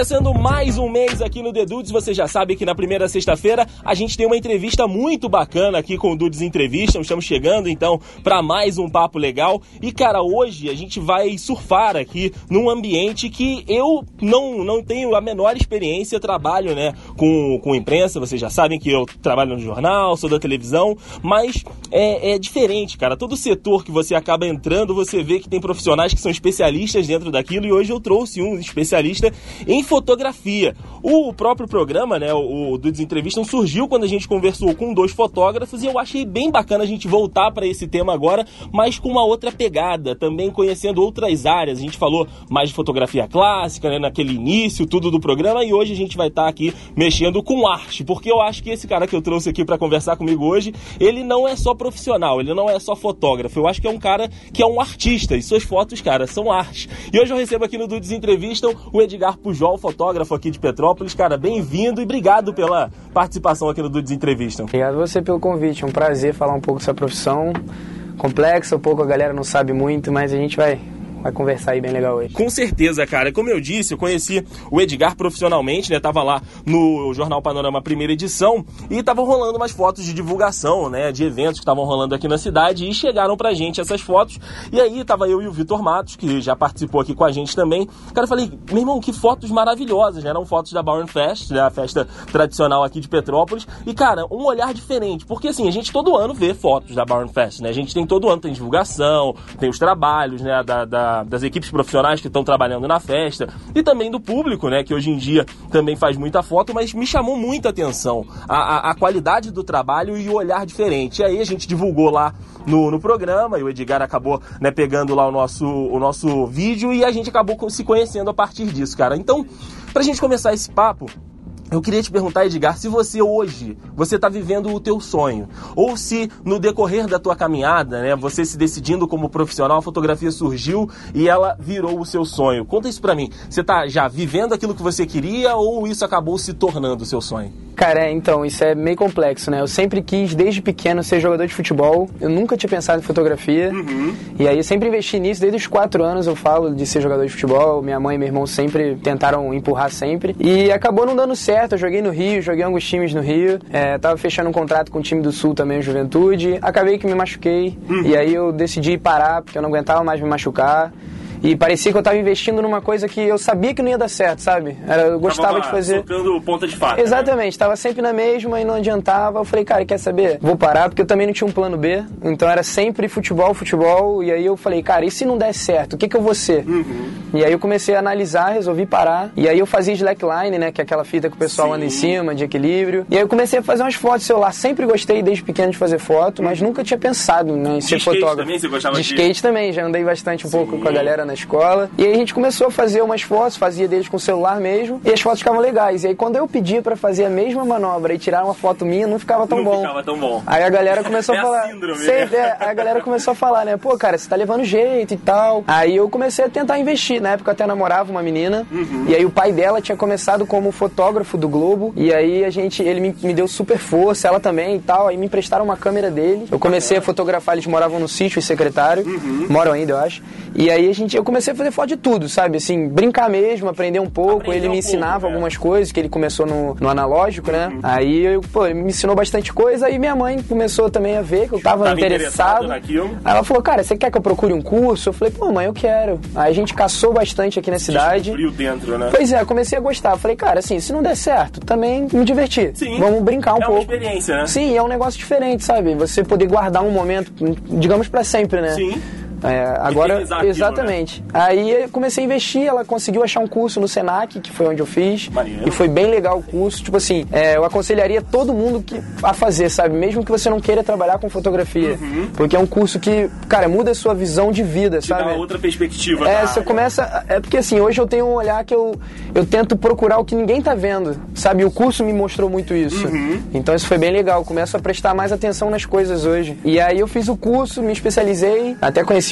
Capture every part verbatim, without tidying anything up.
Começando mais um mês aqui no The Dudes, você já sabe que na primeira sexta-feira a gente tem uma entrevista muito bacana aqui com o Dudes Entrevista. Estamos chegando então para mais um papo legal. E cara, hoje a gente vai surfar aqui num ambiente que eu não, não tenho a menor experiência. Trabalho, né, com, com imprensa, vocês já sabem que eu trabalho no jornal, sou da televisão, mas é, é diferente, cara. Todo setor que você acaba entrando, você vê que tem profissionais que são especialistas dentro daquilo, e hoje eu trouxe um especialista em fotografia. O próprio programa, né, o, o Dudes Entrevista, surgiu quando a gente conversou com dois fotógrafos, e eu achei bem bacana a gente voltar para esse tema agora, mas com uma outra pegada, também conhecendo outras áreas. A gente falou mais de fotografia clássica, né, naquele início, tudo do programa, e hoje a gente vai estar aqui mexendo com arte, porque eu acho que esse cara que eu trouxe aqui para conversar comigo hoje, ele não é só profissional, ele não é só fotógrafo, eu acho que é um cara que é um artista, e suas fotos, cara, são arte. E hoje eu recebo aqui no Dudes Entrevista o Edgar Pujol, fotógrafo aqui de Petrópolis. Cara, bem-vindo e obrigado pela participação aqui no Dudes Entrevista. Obrigado você pelo convite, é um prazer falar um pouco dessa profissão complexa, um pouco a galera não sabe muito, mas a gente vai... vai conversar aí bem legal hoje. Com certeza, cara. Como eu disse, eu conheci o Edgar profissionalmente, né? Tava lá no Jornal Panorama primeira edição e tava rolando umas fotos de divulgação, né? De eventos que estavam rolando aqui na cidade e chegaram pra gente essas fotos. E aí tava eu e o Vitor Matos, que já participou aqui com a gente também. Cara, eu falei, meu irmão, que fotos maravilhosas, né? Eram fotos da Bauernfest, né? A festa tradicional aqui de Petrópolis. E, cara, um olhar diferente. Porque, assim, a gente todo ano vê fotos da Bauernfest, né? A gente tem todo ano, tem divulgação, tem os trabalhos, né? Da... da das equipes profissionais que estão trabalhando na festa e também do público, né, que hoje em dia também faz muita foto, mas me chamou muita atenção a, a, a qualidade do trabalho e o olhar diferente. E aí a gente divulgou lá no, no programa e o Edgar acabou, né, pegando lá o nosso, o nosso vídeo e a gente acabou se conhecendo a partir disso, cara. Então, pra gente começar esse papo, eu queria te perguntar, Edgar, se você hoje, você está vivendo o teu sonho, ou se no decorrer da tua caminhada, né, você se decidindo como profissional, a fotografia surgiu e ela virou o seu sonho. Conta isso pra mim. Você está já vivendo aquilo que você queria ou isso acabou se tornando o seu sonho? Cara, é, então, isso é meio complexo, né? Eu sempre quis, desde pequeno, ser jogador de futebol. Eu nunca tinha pensado em fotografia. Uhum. E aí eu sempre investi nisso. Desde os quatro anos eu falo de ser jogador de futebol. Minha mãe e meu irmão sempre tentaram empurrar sempre. E acabou não dando certo. Eu joguei no Rio, joguei alguns times no Rio. É, tava fechando um contrato com o time do Sul também, o Juventude. Acabei que me machuquei. Uhum. E aí eu decidi parar, porque eu não aguentava mais me machucar. E parecia que eu tava investindo numa coisa que eu sabia que não ia dar certo, sabe? Era, eu gostava de fazer... Socando ponta de faca. Exatamente, né? Tava sempre na mesma e não adiantava. Eu falei, cara, quer saber? Vou parar, porque eu também não tinha um plano B. Então era sempre futebol, futebol. E aí eu falei, cara, e se não der certo? O que que eu vou ser? Uhum. E aí eu comecei a analisar, resolvi parar. E aí eu fazia slackline, né? Que é aquela fita que o pessoal Sim. anda em cima, de equilíbrio. E aí eu comecei a fazer umas fotos de celular. Sempre gostei desde pequeno de fazer foto, mas nunca tinha pensado, né, em ser de fotógrafo. Também, você gostava de de skate também, já andei bastante um Sim. pouco com a galera na escola. E aí a gente começou a fazer umas fotos, fazia deles com o celular mesmo, e as fotos ficavam legais. E aí quando eu pedia pra fazer a mesma manobra e tirar uma foto minha, não ficava tão não bom. Não ficava tão bom. Aí a galera começou é a falar... A síndrome, sempre, né? é, aí a galera começou a falar, né? Pô, cara, você tá levando jeito e tal. Aí eu comecei a tentar investir. Na época eu até namorava uma menina, uhum. e aí o pai dela tinha começado como fotógrafo do Globo, e aí a gente, ele me, me deu super força, ela também e tal. Aí me emprestaram uma câmera dele. Eu comecei a fotografar, eles moravam no sítio, os secretários. Uhum. Moram ainda, eu acho. E aí a gente, eu comecei a fazer foto de tudo, sabe? Assim, brincar mesmo, aprender um pouco. Aprender ele me um ensinava pouco, algumas é. coisas, que ele começou no, no analógico, né? Uhum. Aí, eu, pô, ele me ensinou bastante coisa. Aí minha mãe começou também a ver que eu tava, tava interessado. Aí ela falou, cara, você quer que eu procure um curso? Eu falei, pô, mãe, eu quero. Aí a gente caçou bastante aqui na cidade. Frio dentro, né? Pois é, comecei a gostar. Eu falei, cara, assim, se não der certo, também me divertir. Sim. Vamos brincar um é pouco. É uma experiência, né? Sim, é um negócio diferente, sabe? Você poder guardar um momento, digamos, pra sempre, né? Sim. É, agora, aquilo, exatamente. Né? Aí eu comecei a investir, ela conseguiu achar um curso no Senac, que foi onde eu fiz. Maneiro. E foi bem legal o curso. Tipo assim, é, eu aconselharia todo mundo que, a fazer, sabe? Mesmo que você não queira trabalhar com fotografia. Uhum. Porque é um curso que, cara, muda a sua visão de vida, Te sabe? dá outra perspectiva. É, você começa... É porque assim, hoje eu tenho um olhar que eu, eu tento procurar o que ninguém tá vendo, sabe? O curso me mostrou muito isso. Uhum. Então isso foi bem legal. Eu começo a prestar mais atenção nas coisas hoje. E aí eu fiz o curso, me especializei, até conheci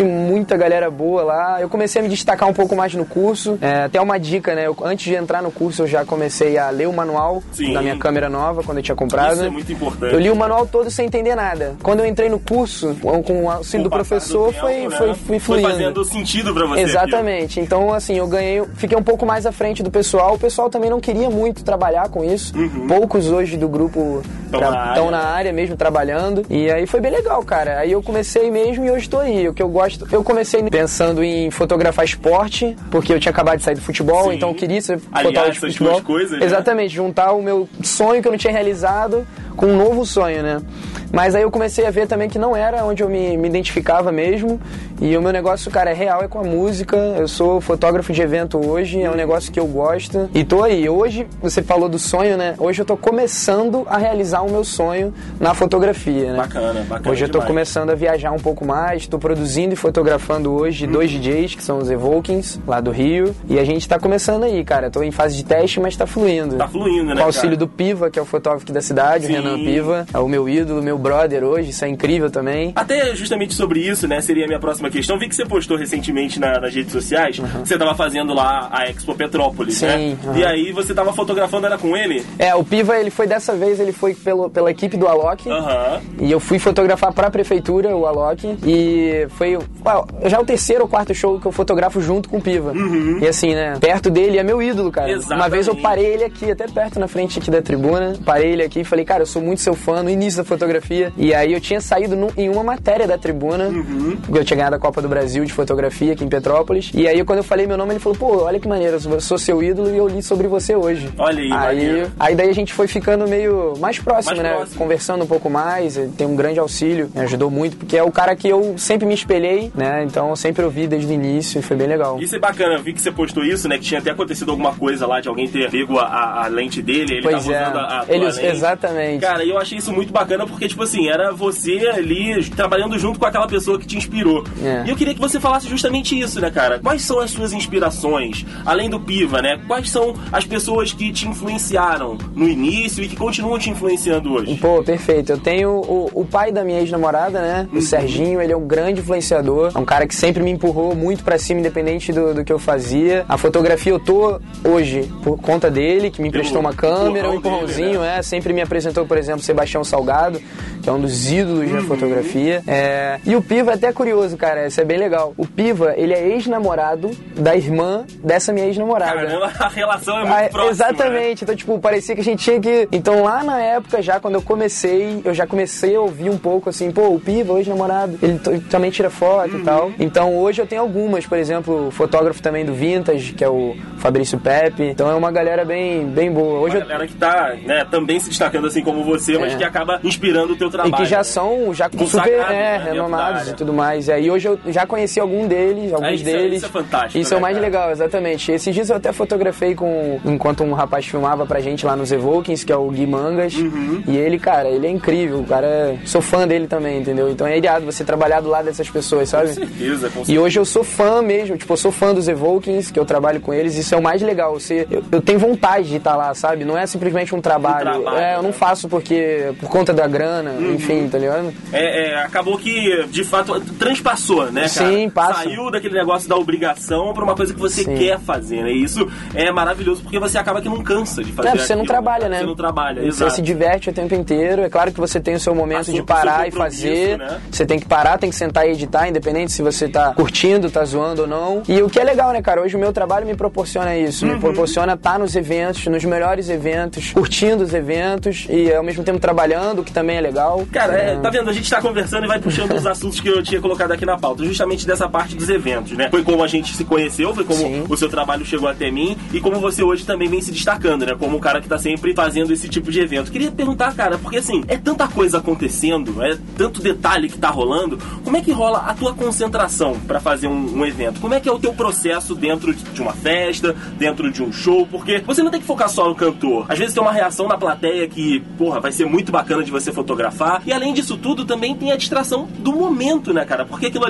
conheci muita galera boa lá. Eu comecei a me destacar um pouco mais no curso. É, até uma dica, né? Eu, antes de entrar no curso, eu já comecei a ler o manual Sim. da minha câmera nova, quando eu tinha comprado. Isso é muito importante. Eu li o manual todo sem entender nada. Quando eu entrei no curso, com o auxílio do professor, do tempo, foi, né? foi, foi fluindo. Foi fazendo sentido pra você. Exatamente. Aquilo. Então, assim, eu ganhei, fiquei um pouco mais à frente do pessoal. O pessoal também não queria muito trabalhar com isso. Uhum. Poucos hoje do grupo estão na, na área mesmo, trabalhando. E aí foi bem legal, cara. Aí eu comecei mesmo e hoje tô aí. O que eu gosto... Eu comecei pensando em fotografar esporte, porque eu tinha acabado de sair do futebol, Sim. então eu queria ser fotógrafo de futebol. Duas coisas, né? Exatamente, juntar o meu sonho que eu não tinha realizado com um novo sonho, né? Mas aí eu comecei a ver também que não era onde eu me, me identificava mesmo. E o meu negócio, cara, é real, é com a música. Eu sou fotógrafo de evento hoje, é um negócio que eu gosto. E tô aí. Hoje, você falou do sonho, né? Hoje eu tô começando a realizar o meu sonho na fotografia, né? Bacana, bacana. Hoje eu tô demais. começando a viajar um pouco mais, tô produzindo e fotografando hoje hum. dois D Js, que são os Evokings, lá do Rio. E a gente tá começando aí, cara. Tô em fase de teste, mas tá fluindo. Tá fluindo, né, com o auxílio cara? do Piva, que é o fotógrafo aqui da cidade, Sim. o Renan Piva. É o meu ídolo, meu brother hoje, isso é incrível também. Até justamente sobre isso, né, seria a minha próxima questão. Vi que você postou recentemente na, nas redes sociais, uhum. você tava fazendo lá a Expo Petrópolis, Sim, né? Uhum. E aí você tava fotografando, era com ele? É, o Piva, ele foi dessa vez, ele foi pelo, pela equipe do Alok. Uhum. E eu fui fotografar pra prefeitura, o Alok. E foi uau, já o terceiro ou quarto show que eu fotografo junto com o Piva. Uhum. E assim, né, perto dele, é meu ídolo, cara. Exatamente. Uma vez eu parei ele aqui, até perto na frente aqui da tribuna. Parei ele aqui e falei, cara, eu sou muito seu fã no início da fotografia. E aí eu tinha saído no, em uma matéria da tribuna, uhum. porque eu tinha ganhado a Copa do Brasil de fotografia aqui em Petrópolis. E aí quando eu falei meu nome, ele falou, pô, olha que maneiro, eu sou seu ídolo e eu li sobre você hoje. Olha aí, aí, aí daí a gente foi ficando meio mais próximo, mais né? Próximo. Conversando um pouco mais, ele tem um grande auxílio, me ajudou muito, porque é o cara que eu sempre me espelhei, né? Então eu sempre ouvi desde o início e foi bem legal. Isso é bacana, eu vi que você postou isso, né? Que tinha até acontecido alguma coisa lá de alguém ter pego a, a, a lente dele, ele pois tava é. usando a, a ele, lente. Exatamente. Cara, eu achei isso muito bacana porque, tipo assim, era você ali trabalhando junto com aquela pessoa que te inspirou. É. E eu queria que você falasse justamente isso, né, cara? Quais são as suas inspirações? Além do Piva, né? Quais são as pessoas que te influenciaram no início e que continuam te influenciando hoje? Pô, perfeito. Eu tenho o, o pai da minha ex-namorada, né? O uhum. Serginho, ele é um grande influenciador. É um cara que sempre me empurrou muito pra cima, independente do, do que eu fazia. A fotografia eu tô hoje por conta dele, que me emprestou uma câmera, um empurrãozinho, dele, né? é. Sempre me apresentou, por exemplo, Sebastião Salgado, que é um dos ídolos uhum. da fotografia. É... E o Piva é até curioso, cara. Isso é bem legal. O Piva, ele é ex-namorado da irmã dessa minha ex-namorada. Caramba, a relação é muito ah, próxima. Exatamente. Né? Então, tipo, parecia que a gente tinha que... Então, lá na época, já quando eu comecei, eu já comecei a ouvir um pouco, assim, pô, o Piva, o ex-namorado, ele t- também tira foto uhum. e tal. Então, hoje eu tenho algumas, por exemplo, o fotógrafo também do Vintage, que é o Fabrício Pepe. Então, é uma galera bem, bem boa. Hoje uma eu... galera que tá, né, também se destacando assim como você, é. mas que acaba inspirando o teu trabalho. E que já são, já super é, né, renomados e tudo mais. E aí, hoje eu já conheci algum deles, alguns é, isso deles. É, isso é fantástico. Isso né, é o mais cara? legal, exatamente. Esses dias eu até fotografei com, enquanto um rapaz filmava pra gente lá nos Evokings, que é o Gui Mangas. Uhum. E ele, cara, ele é incrível. O cara, é... sou fã dele também, entendeu? Então é irado você trabalhar do lado dessas pessoas, sabe? Com certeza, com certeza. E hoje eu sou fã mesmo, tipo, eu sou fã dos Evokings, que eu trabalho com eles. Isso é o mais legal. Você, eu, eu tenho vontade de estar lá, sabe? Não é simplesmente um trabalho. Um trabalho é, eu não faço porque, por conta da grana, uhum. enfim, tá ligado? É, é, acabou que, de fato, transpassou, né, cara? Sim, passa. Saiu daquele negócio da obrigação pra uma coisa que você Sim. quer fazer, né? E isso é maravilhoso porque você acaba que não cansa de fazer é, você aquilo, não trabalha, né? Você não trabalha, Você exato. se diverte o tempo inteiro. É claro que você tem o seu momento sua, de parar e compromisso, fazer. Né? Você tem que parar, tem que sentar e editar, independente se você tá curtindo, tá zoando ou não. E o que é legal, né, cara? Hoje o meu trabalho me proporciona isso. Uhum. Me proporciona estar nos eventos, nos melhores eventos, curtindo os eventos e ao mesmo tempo trabalhando, o que também é legal. Cara, é, tá vendo? A gente tá conversando e vai puxando os assuntos que eu tinha colocado aqui na pauta, justamente dessa parte dos eventos, né? Foi como a gente se conheceu, foi como Sim. o seu trabalho chegou até mim e como você hoje também vem se destacando, né? Como um cara que tá sempre fazendo esse tipo de evento. Queria perguntar, cara, porque assim, é tanta coisa acontecendo, é tanto detalhe que tá rolando, como é que rola a tua concentração pra fazer um, um evento? Como é que é o teu processo dentro de uma festa, dentro de um show? Porque você não tem que focar só no cantor. Às vezes tem uma reação na plateia que, porra, vai ser muito bacana de você fotografar. E além disso tudo, também tem a distração do momento, né, cara? Porque aquilo ali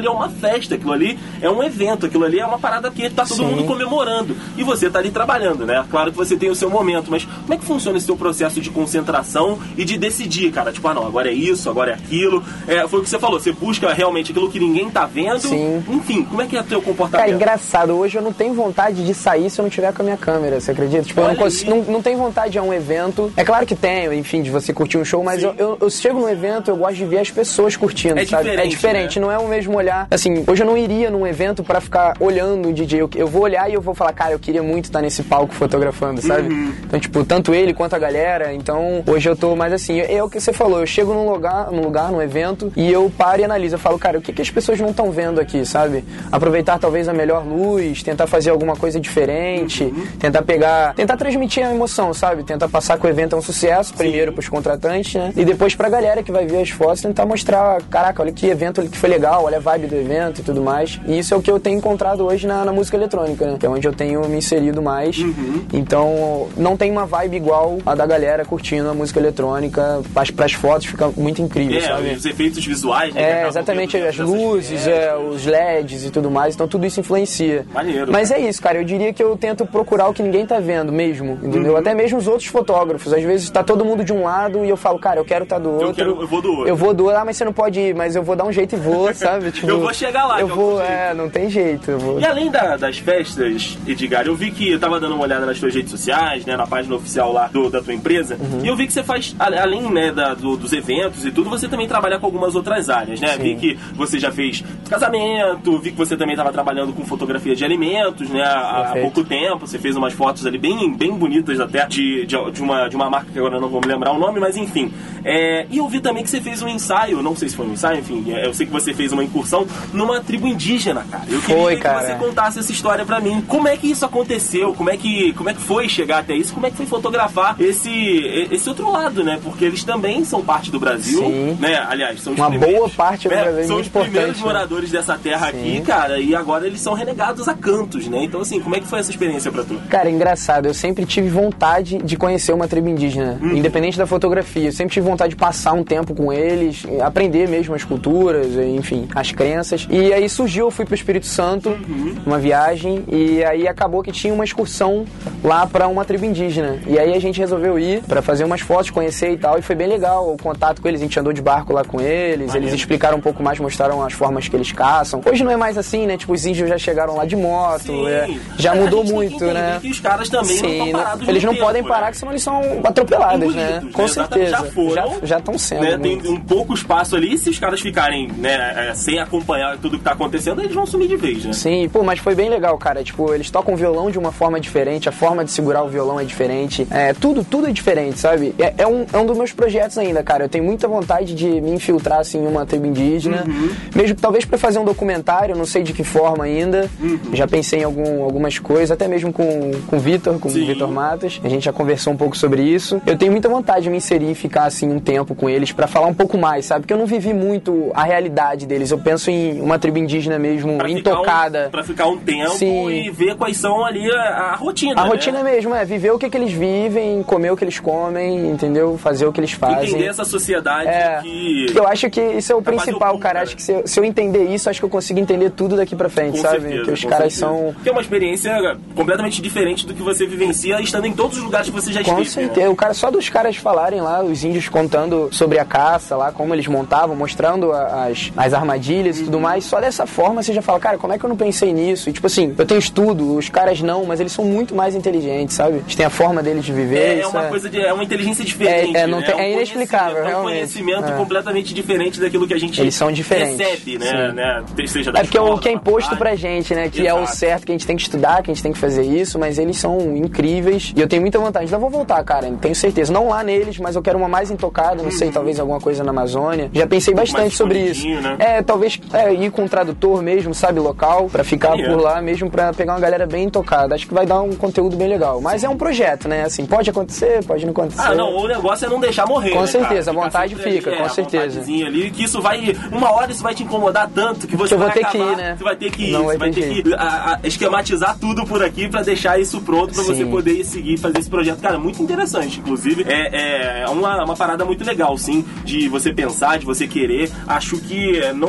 ali é uma festa, aquilo ali é um evento, aquilo ali é uma parada que tá todo Sim. mundo comemorando. E você tá ali trabalhando, né? Claro que você tem o seu momento, mas como é que funciona esse seu processo de concentração e de decidir, cara? Tipo, ah, não, agora é isso, agora é aquilo. É, foi o que você falou, você busca realmente aquilo que ninguém tá vendo. Sim. Enfim, como é que é o teu comportamento? Cara, engraçado, hoje eu não tenho vontade de sair se eu não tiver com a minha câmera, você acredita? Tipo, Olha eu não, consigo, não, não tenho vontade de ir a um evento. É claro que tenho, enfim, de você curtir um show, mas eu, eu, eu chego num evento, eu gosto de ver as pessoas curtindo, é sabe? Diferente, é diferente, né? Não é o mesmo olhar. Assim, hoje eu não iria num evento pra ficar olhando o D J. Eu, eu vou olhar e eu vou falar, cara, eu queria muito estar nesse palco fotografando, sabe? Uhum. Então, tipo, tanto ele quanto a galera. Então, hoje eu tô mais assim, é o que você falou, eu chego num lugar, num lugar, num evento, e eu paro e analiso. Eu falo, cara, o que, que as pessoas não estão vendo aqui, sabe? Aproveitar talvez a melhor luz, tentar fazer alguma coisa diferente, uhum. tentar pegar, tentar transmitir a emoção, sabe? Tentar passar que o evento é um sucesso, primeiro pros contratantes, né? E depois pra galera que vai ver as fotos, tentar mostrar, caraca, olha que evento que foi legal, olha a vibe do evento e tudo mais. E isso é o que eu tenho encontrado hoje na, na música eletrônica, né? Que é onde eu tenho me inserido mais. Uhum. Então, não tem uma vibe igual a da galera curtindo a música eletrônica. As, pras fotos fica muito incrível, é, sabe? Os efeitos visuais, né? É, exatamente, as luzes, é, os L E Ds e tudo mais. Então, tudo isso influencia. Maneiro. Mas cara. é isso, cara. Eu diria que eu tento procurar o que ninguém tá vendo mesmo, entendeu? Uhum. Até mesmo os outros fotógrafos. Às vezes tá todo mundo de um lado e eu falo, cara, eu quero estar tá do outro. Eu, quero, eu vou do outro. Eu vou do outro, ah, mas você não pode ir, mas eu vou dar um jeito e vou, sabe? Tipo, eu vou chegar lá. Eu vou, é, não tem jeito. Eu vou. E além da, das festas, Edgar, eu vi que eu tava dando uma olhada nas tuas redes sociais, né, na página oficial lá do, da tua empresa, uhum. e eu vi que você faz, além, né, da, do, dos eventos e tudo, você também trabalha com algumas outras áreas, né? Sim. Vi que você já fez casamento, vi que você também tava trabalhando com fotografia de alimentos, né, há, há pouco tempo, você fez umas fotos ali bem, bem bonitas até, de, de, de, uma, de uma marca que agora eu não vou me lembrar o nome, mas enfim. É, e eu vi também que você fez um ensaio, não sei se foi um ensaio, enfim, eu sei que você fez uma incursão numa tribo indígena, cara. Eu queria foi, que cara. você contasse essa história pra mim. Como é que isso aconteceu? Como é que, como é que foi chegar até isso? Como é que foi fotografar esse, esse outro lado, né? Porque eles também são parte do Brasil, Sim. né? Aliás, são os uma primeiros, boa parte do né? Brasil, são muito os primeiros né? moradores dessa terra Sim. aqui, cara, e agora eles são renegados a cantos, né? Então, assim, como é que foi essa experiência pra tu? Cara, engraçado, eu sempre tive vontade de conhecer uma tribo indígena, uhum. independente da fotografia. Eu sempre tive vontade de passar um tempo com eles, aprender mesmo as culturas, enfim, as crenças. E aí surgiu, eu fui pro Espírito Santo, uhum. uma viagem, e aí acabou que tinha uma excursão lá pra uma tribo indígena. E aí a gente resolveu ir pra fazer umas fotos, conhecer e tal, e foi bem legal o contato com eles. A gente andou de barco lá com eles, Valeu. Eles explicaram um pouco mais, mostraram as formas que eles caçam. Hoje não é mais assim, né? Tipo, os índios já chegaram lá de moto, é, já mudou muito, né? Que os caras também Sim, não estão parados eles não tempo, podem parar, né? que senão eles são atropelados, né? Com né? certeza. Já foram. Já estão sendo. Né? Tem um pouco espaço ali, se os caras ficarem, né, sem acompanhar tudo que tá acontecendo, eles vão sumir de vez, né? Sim, pô, mas foi bem legal, cara. Tipo, eles tocam violão de uma forma diferente, a forma de segurar o violão é diferente. É, tudo, tudo é diferente, sabe? É, é, um, é um dos meus projetos ainda, cara. Eu tenho muita vontade de me infiltrar, assim, em uma tribo indígena. Uhum. Mesmo talvez pra fazer um documentário, não sei de que forma ainda. Uhum. Já pensei em algum, algumas coisas, até mesmo com, com o Vitor, com o Vitor Matos. A gente já conversou um pouco sobre isso. Eu tenho muita vontade de me inserir e ficar, assim, um tempo com eles pra falar um pouco mais, sabe? Porque eu não vivi muito a realidade deles. Eu penso em uma tribo indígena mesmo, pra intocada. Um, pra ficar um tempo Sim. e ver quais são ali a, a rotina, A né? rotina mesmo, é viver o que, que eles vivem, comer o que eles comem, entendeu? Fazer o que eles fazem. Entender essa sociedade é, que... Eu acho que isso é o principal, cara. cara. Acho que se eu, se eu entender isso, acho que eu consigo entender tudo daqui pra frente, com sabe? Certeza, que os caras certeza. são... Que é uma experiência completamente diferente do que você vivencia estando em todos os lugares que você já esteve. Com certeza. Né? O cara, só dos caras falarem lá, os índios contando sobre a caça lá, como eles montavam, mostrando as, as armadilhas uhum. e tudo mais, só dessa forma você já fala, cara, como é que eu não pensei nisso? E tipo assim, eu tenho estudo, os caras não, mas eles são muito mais inteligentes, sabe? Eles têm a forma deles de viver. É, é uma é... coisa de... É uma inteligência diferente, É, é, não né? tem, é, um é inexplicável, realmente. É um conhecimento é. completamente diferente daquilo que a gente eles são diferentes. recebe, né? né? Seja da é porque escola, o que é imposto pra gente, né? Que Exato. É o certo, que a gente tem que estudar, que a gente tem que fazer isso, mas eles são incríveis e eu tenho muita vontade. Então eu vou voltar, cara, tenho certeza. Não lá neles, mas eu quero uma mais intocada, não uhum. sei, talvez alguma coisa na Amazônia. Já pensei um bastante sobre isso. Né? É, talvez é, ir com um tradutor mesmo, sabe, local, pra ficar é. por lá mesmo, pra pegar uma galera bem intocada. Acho que vai dar um conteúdo bem legal. Mas é um projeto, né? Assim, pode acontecer, pode não acontecer. Ah, não, o negócio é não deixar morrer, Com né, certeza, cara? a vontade fica, ali, com é, certeza. Ali, que isso vai, uma hora isso vai te incomodar tanto que você que eu vou vai ter acabar, que ir, né? Você vai ter que ir, não você vai ter jeito. que a, a, esquematizar tudo por aqui pra deixar isso pronto pra Sim. você poder seguir, fazer esse projeto. Cara, muito interessante, inclusive. É, é uma, uma parada muito legal, sim, de você pensar, de você querer. Acho que não é todo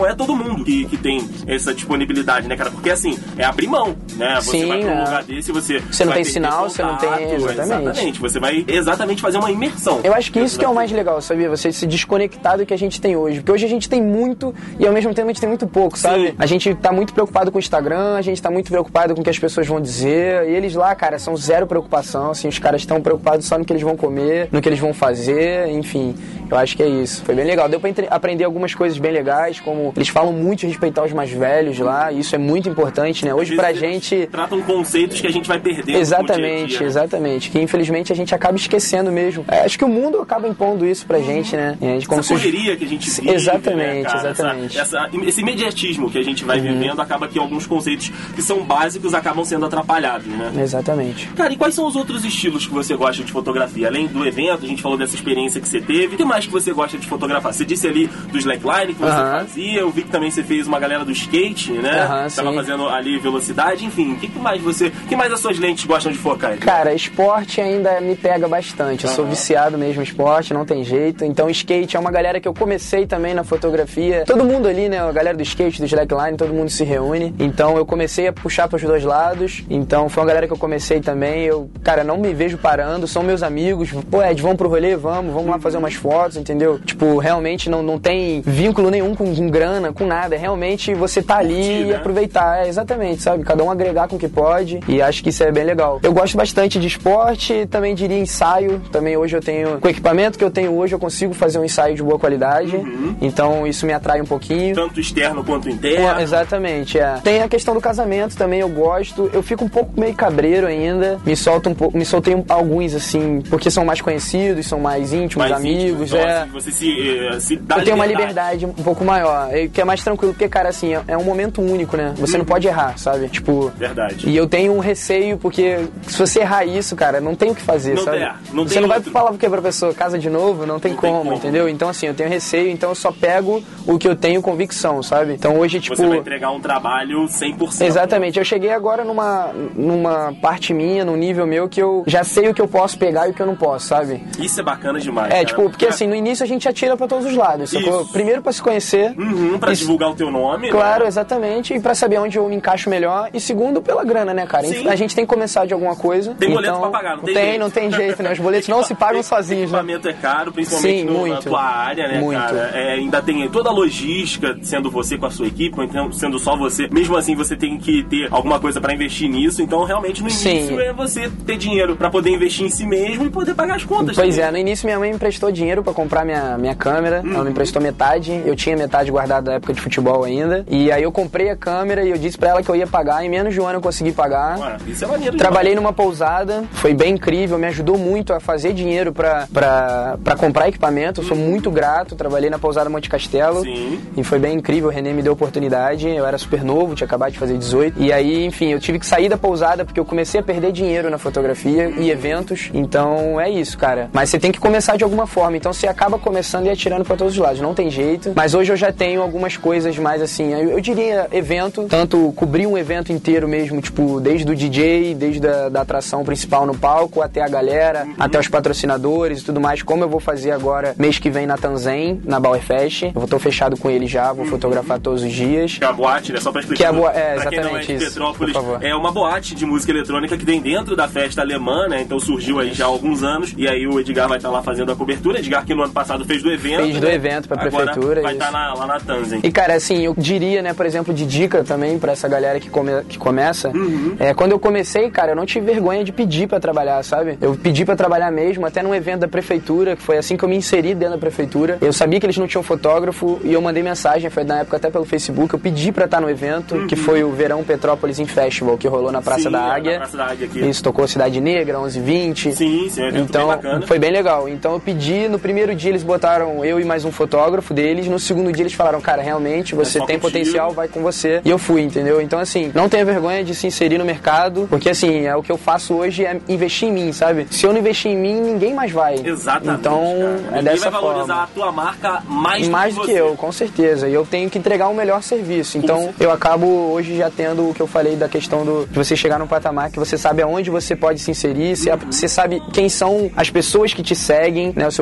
mundo que, que tem essa disponibilidade, né, cara? Porque, assim, é abrir mão, né? Você Sim, vai pra um é. lugar desse, você... Você não tem sinal, você não tem... Exatamente. Exatamente. Você vai exatamente fazer uma imersão. Eu acho que isso que é o mais legal, sabia? Você se desconectar do que a gente tem hoje. Porque hoje a gente tem muito e ao mesmo tempo a gente tem muito pouco, sabe? Sim. A gente tá muito preocupado com o Instagram, a gente tá muito preocupado com o que as pessoas vão dizer. E eles lá, cara, são zero preocupação, assim, os caras estão preocupados só no que eles vão comer, no que eles vão fazer, enfim. Eu acho que é isso. Foi bem legal. Deu pra entre... aprender algumas coisas bem legais, como eles falam muito de respeitar os mais velhos lá, e isso é muito importante, né? Hoje pra gente... Tratam conceitos que a gente vai perder. Exatamente, no dia a dia. Exatamente. Que infelizmente a gente acaba esquecendo mesmo. É, acho que o mundo acaba impondo isso pra gente, né? E a gente, como essa se... correria que a gente vive, Exatamente, né, cara? exatamente. Essa, essa, esse imediatismo que a gente vai uhum. vivendo acaba que alguns conceitos que são básicos acabam sendo atrapalhados, né? Exatamente. Cara, e quais são os outros estilos que você gosta de fotografia? Além do evento, a gente falou dessa experiência que você teve. O que mais que você gosta de fotografar? Você disse ali do slackline que você uhum. fazia. Eu vi que também você fez uma galera do skate, né? Uhum, Tava sim. fazendo ali velocidade. Enfim, o que mais você... O que mais as suas lentes gostam de focar? Cara, esporte ainda me pega bastante. Eu uhum. sou viciado mesmo em esporte, não tem jeito. Então skate é uma galera que eu comecei também na fotografia. Todo mundo ali, né? A galera do skate, do slackline, todo mundo se reúne. Então eu comecei a puxar pros dois lados. Então foi uma galera que eu comecei também. Eu, cara, não me vejo parando. São meus amigos. Pô, Ed, vamos pro rolê? Vamos. Vamos lá fazer umas fotos, entendeu? Tipo, realmente não, não tem vínculo nenhum com, com grana, com nada. Realmente você tá ali Curtir, e né? aproveitar. É, exatamente, sabe? Cada um agregar com o que pode. E acho que isso é bem legal. Eu gosto bastante de esporte. Também diria ensaio. Também hoje eu tenho... Com o equipamento que eu tenho hoje, eu consigo fazer um ensaio de boa qualidade. Uhum. Então isso me atrai um pouquinho. Tanto externo quanto interno. É, exatamente, é. Tem a questão do casamento também, eu gosto. Eu fico um pouco meio cabreiro ainda. Me solto um pouco, me soltei um, alguns assim, porque são mais conhecidos, são mais íntimos, mais amigos. Íntimos, então, é. Assim, você se, se dá Eu tenho uma liberdade um pouco maior, que é mais tranquilo, porque, cara, assim, é, é um momento único, né? Você uhum. não pode errar, sabe? Tipo. Verdade. E eu tenho um receio, porque se você errar isso, cara, não tem o que fazer, não sabe? Tem, não você tem não vai outro... falar porque pra pessoa casa de novo, não tem, não como, tem como, entendeu? Então, assim, eu tenho receio, então eu só pego o que eu tenho convicção, sabe? Então hoje, tipo... Você vai entregar um trabalho cem por cento. Exatamente. Eu cheguei agora numa, numa parte minha, num nível meu, que eu já sei o que eu posso pegar e o que eu não posso, sabe? Isso é bacana demais, É, cara, tipo, porque assim, no início a gente atira pra todos os lados, sacou? Primeiro pra se conhecer. Uhum, pra e... divulgar o teu nome. Claro, né? Exatamente. E pra saber onde eu me encaixo melhor. E segundo, pela grana, né, cara? Sim. A gente tem que começar de alguma coisa. Tem boleto então... pra pagar, não tem Tem, jeito. não tem jeito, né? Os boletos não se pagam sozinhos, né? O equipamento é caro, principalmente Sim, no, muito. na tua área, né, muito. cara? É, ainda tem toda a logística, sendo você com a sua equipe, ou então sendo só você. Mesmo assim, você tem que ter alguma coisa pra investir nisso. Então, realmente, no início Sim. é você ter dinheiro pra poder investir em si mesmo e poder pagar as contas. Pois também. é, no início minha mãe me emprestou dinheiro pra comprar minha, minha câmera. Uhum. Ela me emprestou metade. Eu tinha metade guardada da época de futebol ainda. E aí eu comprei a câmera e eu disse pra ela que eu ia pagar. Em menos de um ano eu consegui pagar. Ué, isso é maneiro. Trabalhei demais. numa pousada. Foi bem incrível. Me ajudou muito a fazer dinheiro pra, pra, pra comprar equipamento. Eu sou uhum. muito grato. Trabalhei na pousada Monte Castelo. Sim. E foi bem incrível. O René me deu oportunidade. Eu era super novo, tinha acabado de fazer dezoito. E aí, enfim, eu tive que sair da pousada porque eu comecei a perder dinheiro na fotografia e eventos. Então é isso, cara. Mas você tem que começar de alguma forma. Então você acaba começando e atirando pra todos os lados. Não tem jeito. Mas hoje eu já tenho algumas coisas mais assim. Eu, eu diria evento. Tanto cobrir um evento inteiro mesmo, tipo, desde o D J, desde a da atração principal no palco, até a galera, uhum. até os patrocinadores e tudo mais. Como eu vou fazer agora, mês que vem na Tanzem, na Bauer Fest. Eu tô fechado com ele já, vou uhum. fotografar todos os dias. Que é a boate, né? Só pra explicar. Que é a boa... É, pra exatamente quem não é de isso. Petrópolis, é uma boate de música eletrônica que vem dentro da festa alemã, né? Então surgiu aí já há alguns anos. E aí o Edgar vai estar lá fazendo a cobertura. Edgar que no ano passado fez do evento. Fez do né? evento pra agora prefeitura. Vai estar tá lá na Tanzem. E cara, assim, eu diria, né, por exemplo, de dica também pra essa galera que, come... que começa. Uhum. É, quando eu comecei, cara, eu não tive vergonha de pedir pra trabalhar, sabe? Eu pedi pra trabalhar mesmo, até num evento da prefeitura, que foi assim que eu me inseri dentro da prefeitura. Eu sabia que eles não tinham fotógrafo e eu mandei mensagem, foi na época até pelo Facebook, eu pedi pra estar no evento, uhum. que foi o Verão Petrópolis in Festival, que rolou na Praça, sim, da, Águia. na Praça da Águia. Aqui. Isso, tocou Cidade Negra, onze e vinte. Sim, sim, é um evento então, bem bacana. Foi bem legal. Então eu pedi, no primeiro dia eles botaram eu e mais um fotógrafo deles, no segundo dia eles falaram, cara, realmente, você é tem contigo. Potencial, vai com você. E eu fui, entendeu? Então, assim, não tenha vergonha de se inserir no mercado, porque, assim, é o que eu faço hoje é investir em mim, sabe? Se eu não investir em mim, ninguém mais vai. Exatamente, então, cara. é dessa vai valorizar forma. a tua marca mais, mais do que, do que eu, com certeza. E eu tenho que entregar um melhor serviço. Então, eu acabo hoje já tendo o que eu falei da questão do de você chegar num patamar que você sabe aonde você pode se inserir, você, uhum. você sabe quem são as pessoas que te seguem, né? O seu público-alvo.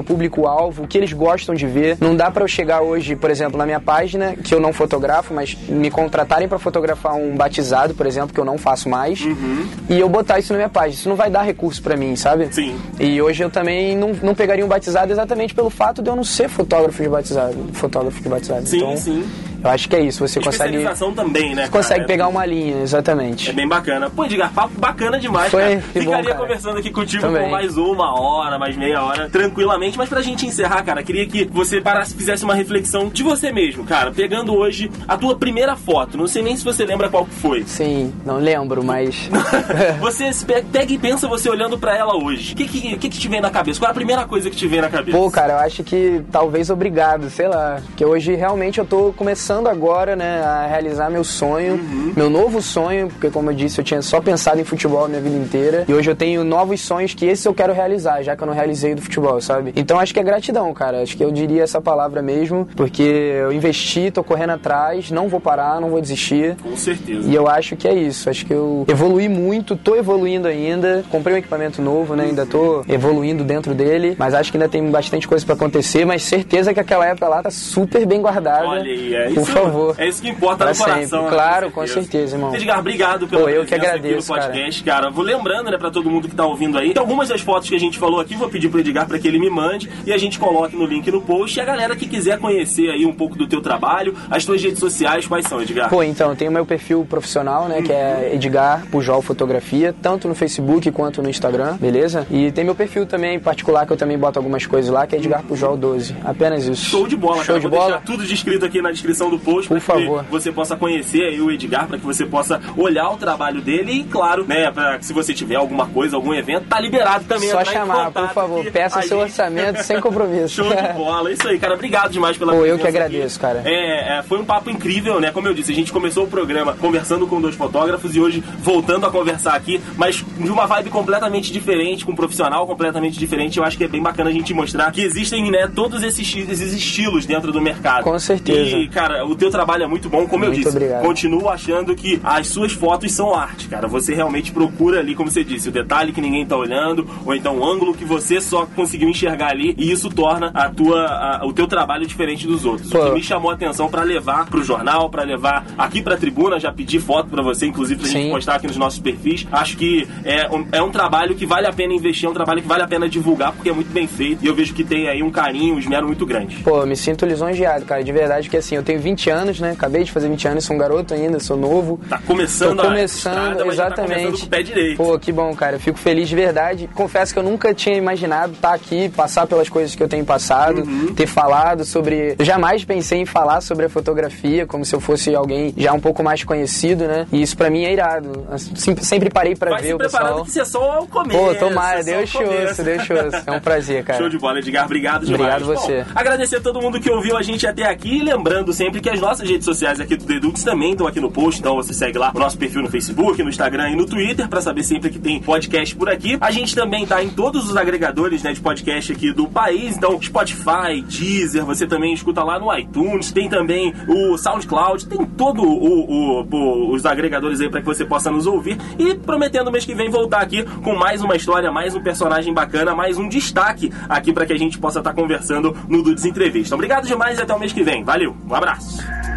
público-alvo, o que eles gostam de ver. Não dá pra eu chegar hoje, por exemplo, na minha página, que eu não fotografo, mas me contratarem pra fotografar um batizado, por exemplo, que eu não faço mais, uhum. e eu botar isso na minha página. Isso não vai dar recurso pra mim, sabe? Sim. E hoje eu também não, não pegaria um batizado exatamente pelo fato de eu não ser fotógrafo de batizado. Fotógrafo de batizado. Sim, então, sim. Eu acho que é isso, você consegue... Especialização também, né, Você consegue cara? pegar uma linha, exatamente. É bem bacana. Pô, Edgar, papo bacana demais, Foi, cara. que Ficaria bom, cara. conversando aqui contigo Também. por mais uma hora, mais meia hora, tranquilamente. Mas pra gente encerrar, cara, queria que você parasse, fizesse uma reflexão de você mesmo, cara. Pegando hoje a tua primeira foto. Não sei nem se você lembra qual que foi. Sim, não lembro, mas... Você pega e pensa você olhando pra ela hoje. O que que, que que te vem na cabeça? Qual é a primeira coisa que te vem na cabeça? Pô, cara, eu acho que talvez obrigado, sei lá. Porque hoje realmente eu tô começando agora, né, a realizar meu sonho, uhum. meu novo sonho, porque como eu disse, eu tinha só pensado em futebol a minha vida inteira. E hoje eu tenho novos sonhos que esse eu quero realizar, já que eu não realizei do futebol, sabe? Então acho que é gratidão, cara. Acho que eu diria essa palavra mesmo, porque eu investi, tô correndo atrás, não vou parar, não vou desistir. Com certeza. E eu acho que é isso. Acho que eu evoluí muito, tô evoluindo ainda. Comprei um equipamento novo, né? Ainda tô evoluindo dentro dele, mas acho que ainda tem bastante coisa pra acontecer, mas certeza que aquela época lá tá super bem guardada. Olha aí, é Por isso, favor. É isso que importa Pra no coração. sempre. Né? Claro, com certeza, com certeza, irmão. Edgar, obrigado pela Pô, eu que presença agradeço, aqui no podcast, cara. cara. Vou lembrando, né, pra todo mundo que tá ouvindo aí, que algumas das fotos que a gente falou aqui, vou pedir pro Edgar pra que ele me mande e a gente coloque no link no post. E a galera que quiser conhecer aí um pouco do teu trabalho, as tuas redes sociais, quais são, Edgar? Pô, então, tem o meu perfil profissional, né, uhum. que é Edgar Pujol Fotografia, tanto no Facebook quanto no Instagram, beleza? E tem meu perfil também particular, que eu também boto algumas coisas lá, que é Edgar Pujol doze. Apenas isso. Show de bola, Show cara. de Vou bola. deixar tudo descrito aqui na descrição do post Por pra favor. que você possa conhecer aí o Edgar, pra que você possa olhar o trabalho dele e, claro, né, pra que se você tiver alguma coisa, algum evento, tá liberado também. Só chamar, por favor. Peça seu orçamento sem compromisso. Show de bola. Isso aí, cara. Obrigado demais pela Pô, presença. eu que agradeço, aqui. cara. É, é, foi um papo incrível, né? Como eu disse, a gente começou o programa conversando com dois fotógrafos e hoje voltando a conversar aqui, mas de uma vibe completamente diferente, com um profissional completamente diferente. Eu acho que é bem bacana a gente mostrar que existem, né, todos esses, esses estilos dentro do mercado. Com certeza. E, cara, o teu trabalho é muito bom, como muito eu disse. Obrigado. Continuo achando que as suas fotos são arte, cara. Você realmente procura ali, como você disse, o detalhe que ninguém tá olhando, ou então o ângulo que você só conseguiu enxergar ali, e isso torna a tua, a, o teu trabalho diferente dos outros. Pô. O que me chamou a atenção pra levar pro jornal, pra levar aqui pra tribuna, já pedi foto pra você, inclusive, pra Sim. gente postar aqui nos nossos perfis. Acho que é um, é um trabalho que vale a pena investir, é um trabalho que vale a pena divulgar, porque é muito bem feito, e eu vejo que tem aí um carinho, um esmero muito grande. Pô, eu me sinto lisonjeado, cara, de verdade, porque assim, eu tenho vinte anos, né, acabei de fazer vinte anos, sou um garoto ainda, sou novo. Tá começando Tô começando, a estrada, mas exatamente. já tá começando com o pé direito. Pô, que bom, cara, eu fico feliz de verdade. Confesso que eu nunca tinha imaginado estar aqui, passar pelas coisas que eu tenho passado, uhum. ter falado sobre... Eu jamais pensei em falar sobre a fotografia, como se eu fosse alguém já um pouco mais conhecido, né, e isso pra mim é irado. Sempre, sempre parei pra Vai ver se o pessoal. preparando que isso é só o começo. Pô, tomara, é Deus te ouça, Deus te ouça. É um prazer, cara. Show de bola, Edgar. Obrigado demais. Obrigado você. Bom, agradecer a todo mundo que ouviu a gente até aqui e lembrando sempre que as nossas redes sociais aqui do Dedux também estão aqui no post, então você segue lá o nosso perfil no Facebook, no Instagram e no Twitter pra saber sempre que tem podcast por aqui. A gente também tá em todos os agregadores, né, de podcast aqui do país, então Spotify, Deezer, você também escuta lá no iTunes, tem também o SoundCloud, tem todo o, o, o, os agregadores aí pra que você possa nos ouvir e prometendo mês que vem voltar aqui com mais uma história, mais um personagem bacana, mais um destaque aqui pra que a gente possa estar conversando no Dudes Entrevista. Obrigado demais e até o mês que vem. Valeu, um abraço.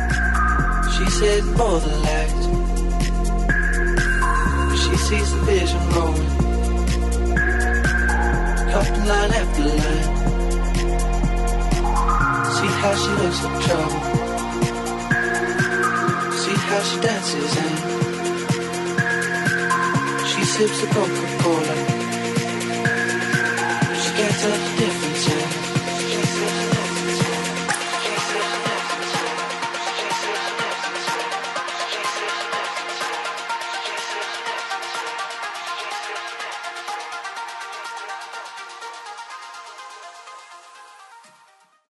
She said for the light, she sees the vision growing, cutting line after line. See how she looks in trouble, see how she dances and she sips the Coca-Cola. She can't tell the difference.